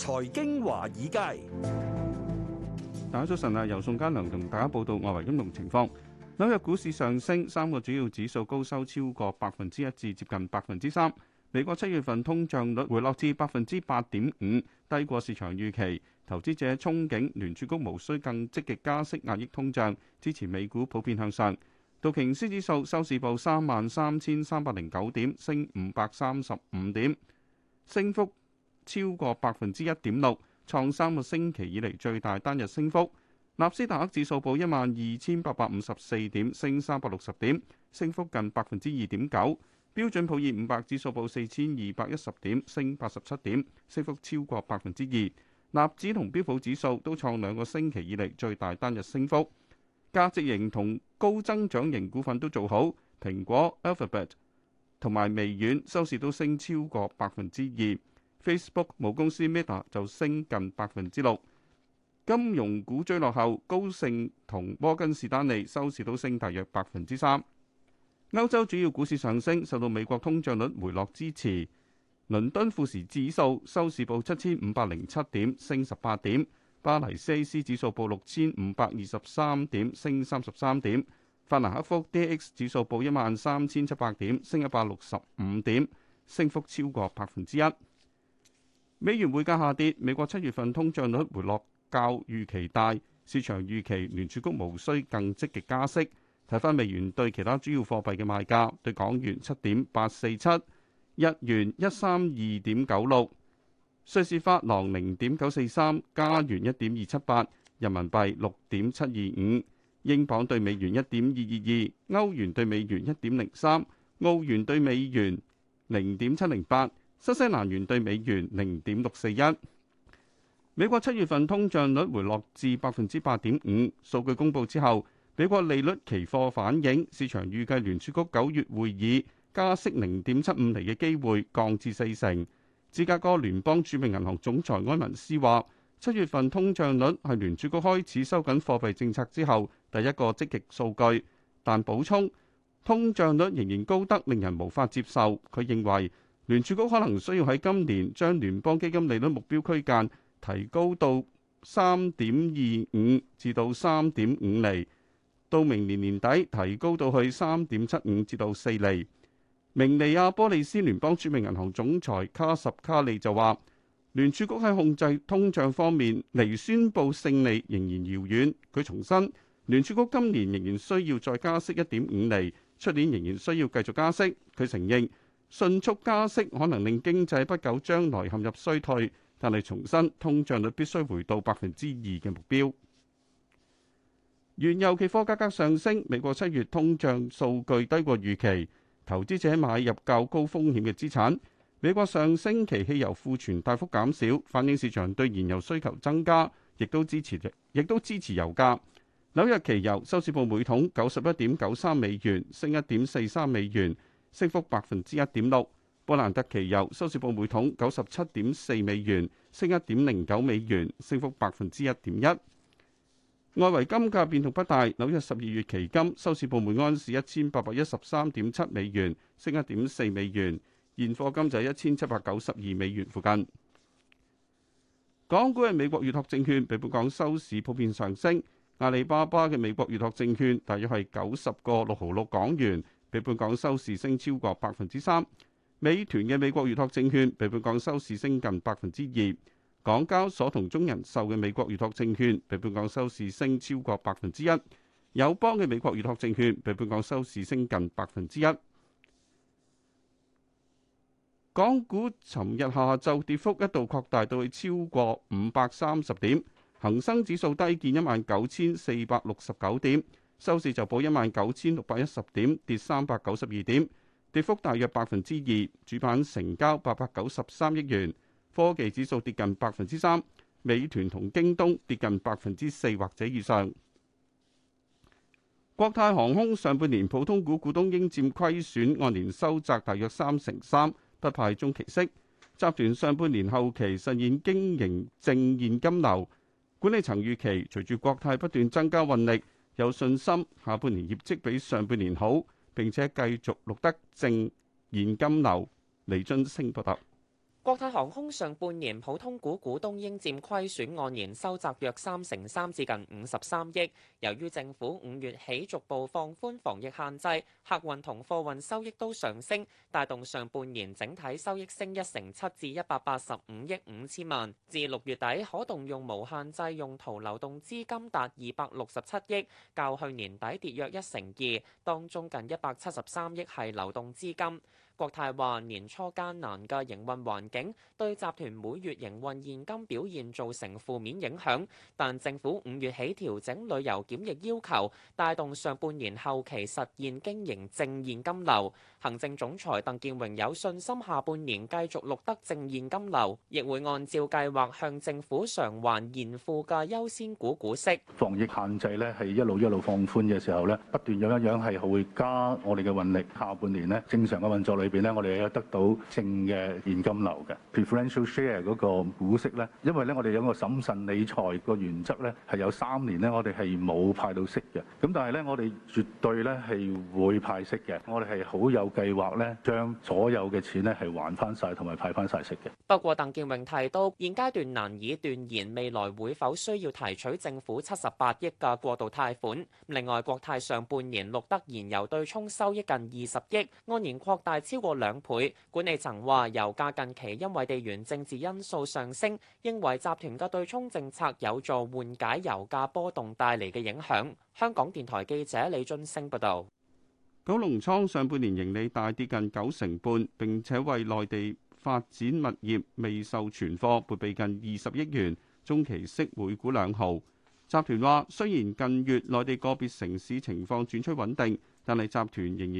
財經華爾街， 大家早晨啊！由宋嘉良同大家報道外圍金融情況。紐約股市上升，三個主要指數高收超過1%至接近3%。美國7月份通脹率回落至8.5%，低過市場預期。投資者憧憬聯儲局無需更積極加息壓抑通脹，支持美股普遍向上。道瓊斯指數收市報33,309點，升535點，升幅超過1.6%，創3個星期以嚟最大單日升幅。納斯達克指數報12,854點，升360點，升幅近2.9%。標準普爾500指數報4,210點，升87點，升幅超過2%。納指同標普指數都創2個星期以嚟最大單日升幅。價值型同高增長型股份都做好，蘋果、Alphabet 同埋微軟收市都升超過2%。Facebook 母公司 Meta 就升近6%。金融股追落後，高盛同摩根士丹利收市都升大約3%。歐洲主要股市上升，受到美國通脹率回落支持。倫敦富時指數收市報7,507點，升18點。巴黎 CAC 指數報6,523點，升33點。法蘭克福 DAX 指數報13,700點，升165點，升幅超過1%。美元匯價下跌，美國7月份通脹率回落較預期大，市場預期聯儲局無需更積極加息。睇返美元對其他主要貨幣嘅賣價，對港元7.847，日元132.96，瑞士法郎0.943，加元1.278，人民幣6.725，英鎊對美元1.222，歐元對美元1.03，澳元對美元0.708，新西蘭元對美元0.641。美國7月份通脹率回落至8.5%，數據公佈之後，美國利率期貨反映市場預計聯儲局9月會議加息0.75厘嘅機會降至40%。芝加哥聯邦儲備銀行總裁埃文斯話：7月份通脹率係聯儲局開始收緊貨幣政策之後第一個積極數據，但補充通脹率仍然高得令人無法接受。佢認為聯儲局可能需要喺今年將聯邦基金利率目標區間提高到3.25至到3.5厘。到明年年底提高到去3.75至到4厘。明尼亞波利斯聯邦儲備銀行總裁卡什卡利就話：聯儲局喺控制通脹方面離宣佈勝利仍然遙遠。佢重申，聯儲局今年仍然需要再加息1.5厘，出年仍然需要繼續加息。佢承認迅速加息可能令經濟不久將來陷入衰退，但係重申通脹率必須回到2%嘅目標。原油期貨價格上升，美國7月通脹數據低過預期，投資者買入較高風險嘅資產。美國上星期汽油庫存大幅減少，反映市場對燃油需求增加，亦都支持油價。紐約期油收市報每桶91.93美元，升1.43美元，升幅1.6%。布蘭特期油收市報每桶97.4美元，升1.09美元，升幅1.1%。外圍金價變動不大，紐約12月期金收市報每安士1813.7美元，升1.4美元，現貨金就係1792美元附近。港股嘅美國預託證券比本港收市普遍上升，阿里巴巴嘅美國預託證券大約係90個6毫6港元，比本港收市升超過3%。美團嘅美國預託證券比本港收市升近2%。港交所同中人壽嘅美國預託證券比本港收市升超過1%，友邦嘅美國預託證券比本港收市升近1%。港股尋日下晝跌幅一度擴大到超過530點，恒生指數低見19,469點，收市就報19,610點，跌392點，跌幅大約2%。主板成交893億元。科技指數跌近3%，美團同京東跌近4%或者以上。國泰航空上半年普通股股東應佔虧損按年收窄大約3成3，不派中期息。集團上半年後期實現經營正現金流，管理層預期隨住國泰不斷增加運力，有信心下半年業績比上半年好，並且繼續錄得正現金流。李津升報道。 國泰航空上半年普通股股東應佔虧損按年收窄約3%至近53億。由於政府5月起逐步放寬防疫限制，客運同貨運收益都上升，帶動上半年整體收益升1成7至185億5千萬。至6月底，可動用無限制用途流動資金達267億，較去年底跌約1成2，當中近173億係流動資金。國泰話年初艱難嘅營運環境對集團每月營運現金表現造成負面影響，但政府5月起調整旅遊檢疫要求，帶動上半年後期實現經營正現金流。行政總裁鄧健榮有信心下半年繼續錄得正現金流，亦會按照計劃向政府償還現付嘅優先股股息。 防疫限制咧係一路放寬嘅時候咧，不斷有一樣係會加我哋嘅運力。下半年咧正常嘅運作裏邊咧，我哋有得到正嘅現金流嘅 preferential share 嗰個股息咧，因為咧我哋有個審慎理財個原則咧，係有3年咧我哋係冇派到息嘅。咁但係咧我哋絕對咧係會派息嘅，我哋係好有計劃咧，將所有嘅錢咧係還翻晒同埋派翻晒息嘅。 不過鄧健榮提到，現階段難以斷言未來會否需要提取政府78億嘅過渡貸款。另外，國泰上半年錄得燃油對沖收益近20億，按年擴大超過2倍。管理層話，油價近期因為地緣政治因素上升，認為集團嘅對沖政策有助緩解油價波動帶嚟嘅影響。香港電台記者李津升報道。 九龍倉上半年盈利大跌近9成半，並且為內地發展物業未售存貨撥備近20億元，中期息每股2毫。集團話，雖然近月內地個別城市情況轉趨穩定，但集團仍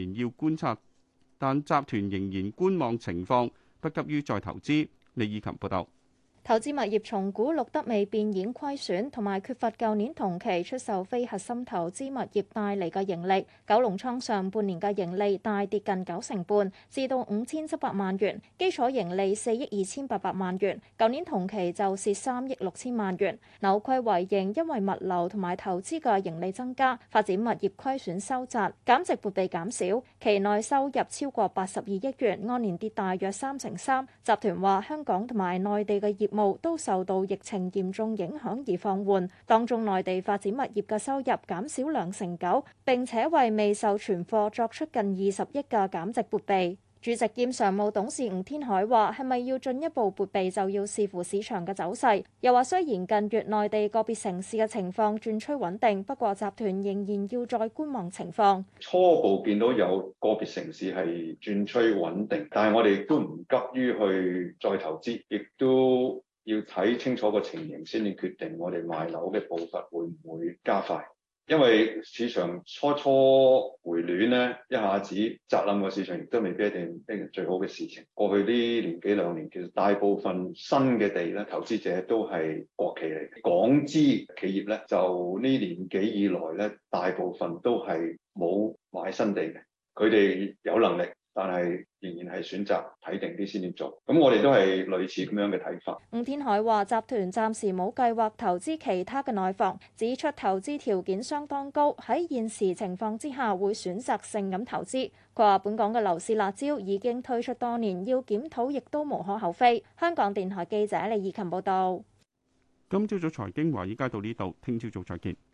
然觀望情況，不急於再投資。李以琴報道。 投資物業重估錄得未變現虧損，同埋缺乏舊年同期出售非核心投資物業帶嚟嘅盈利。九龍倉上半年嘅盈利大跌近9成半，至到5700萬元，基礎盈利4億2800萬元，舊年同期就蝕3億6000萬元。扭虧為盈，因為物流同埋投資嘅盈利增加，發展物業虧損收窄，減值撥備減少。期內收入超過82億元，按年跌大約3成3。集團話香港同埋內地嘅業務都受到疫情嚴重影響而放緩，當中內地發展物業嘅收入減少2成9，並且為未售存貨作出近20億嘅減值撥備。主席兼常務董事吳天海話：係咪要進一步撥備就要視乎市場嘅走勢。又話雖然近月內地個別城市嘅情況轉趨穩定，不過集團仍然要再觀望情況。 初步見到有個別城市係轉趨穩定，但係我哋都唔急於去再投資，亦都要睇清楚個情形先至決定我哋賣樓嘅步伐會唔會加快。因為市場初回暖咧，一下子砸冧個市場亦都未必一定係最好嘅事情。過去呢年幾兩年，其實大部分新嘅地咧，投資者都係國企嚟嘅。港資企業咧，就呢年幾以來咧，大部分都係冇買新地嘅。佢哋有能力，但係仍然係選擇睇定啲先至做。咁我哋都係類似咁樣嘅睇法。 吳天海話：集團暫時冇計劃投資其他嘅內房，指出投資條件相當高，喺現時情況之下會選擇性咁投資。佢話：本港嘅樓市辣招已經推出多年，要檢討亦都無可厚非。香港電台記者李以琴報道。 今朝早財經華爾街到呢度，聽朝早再見。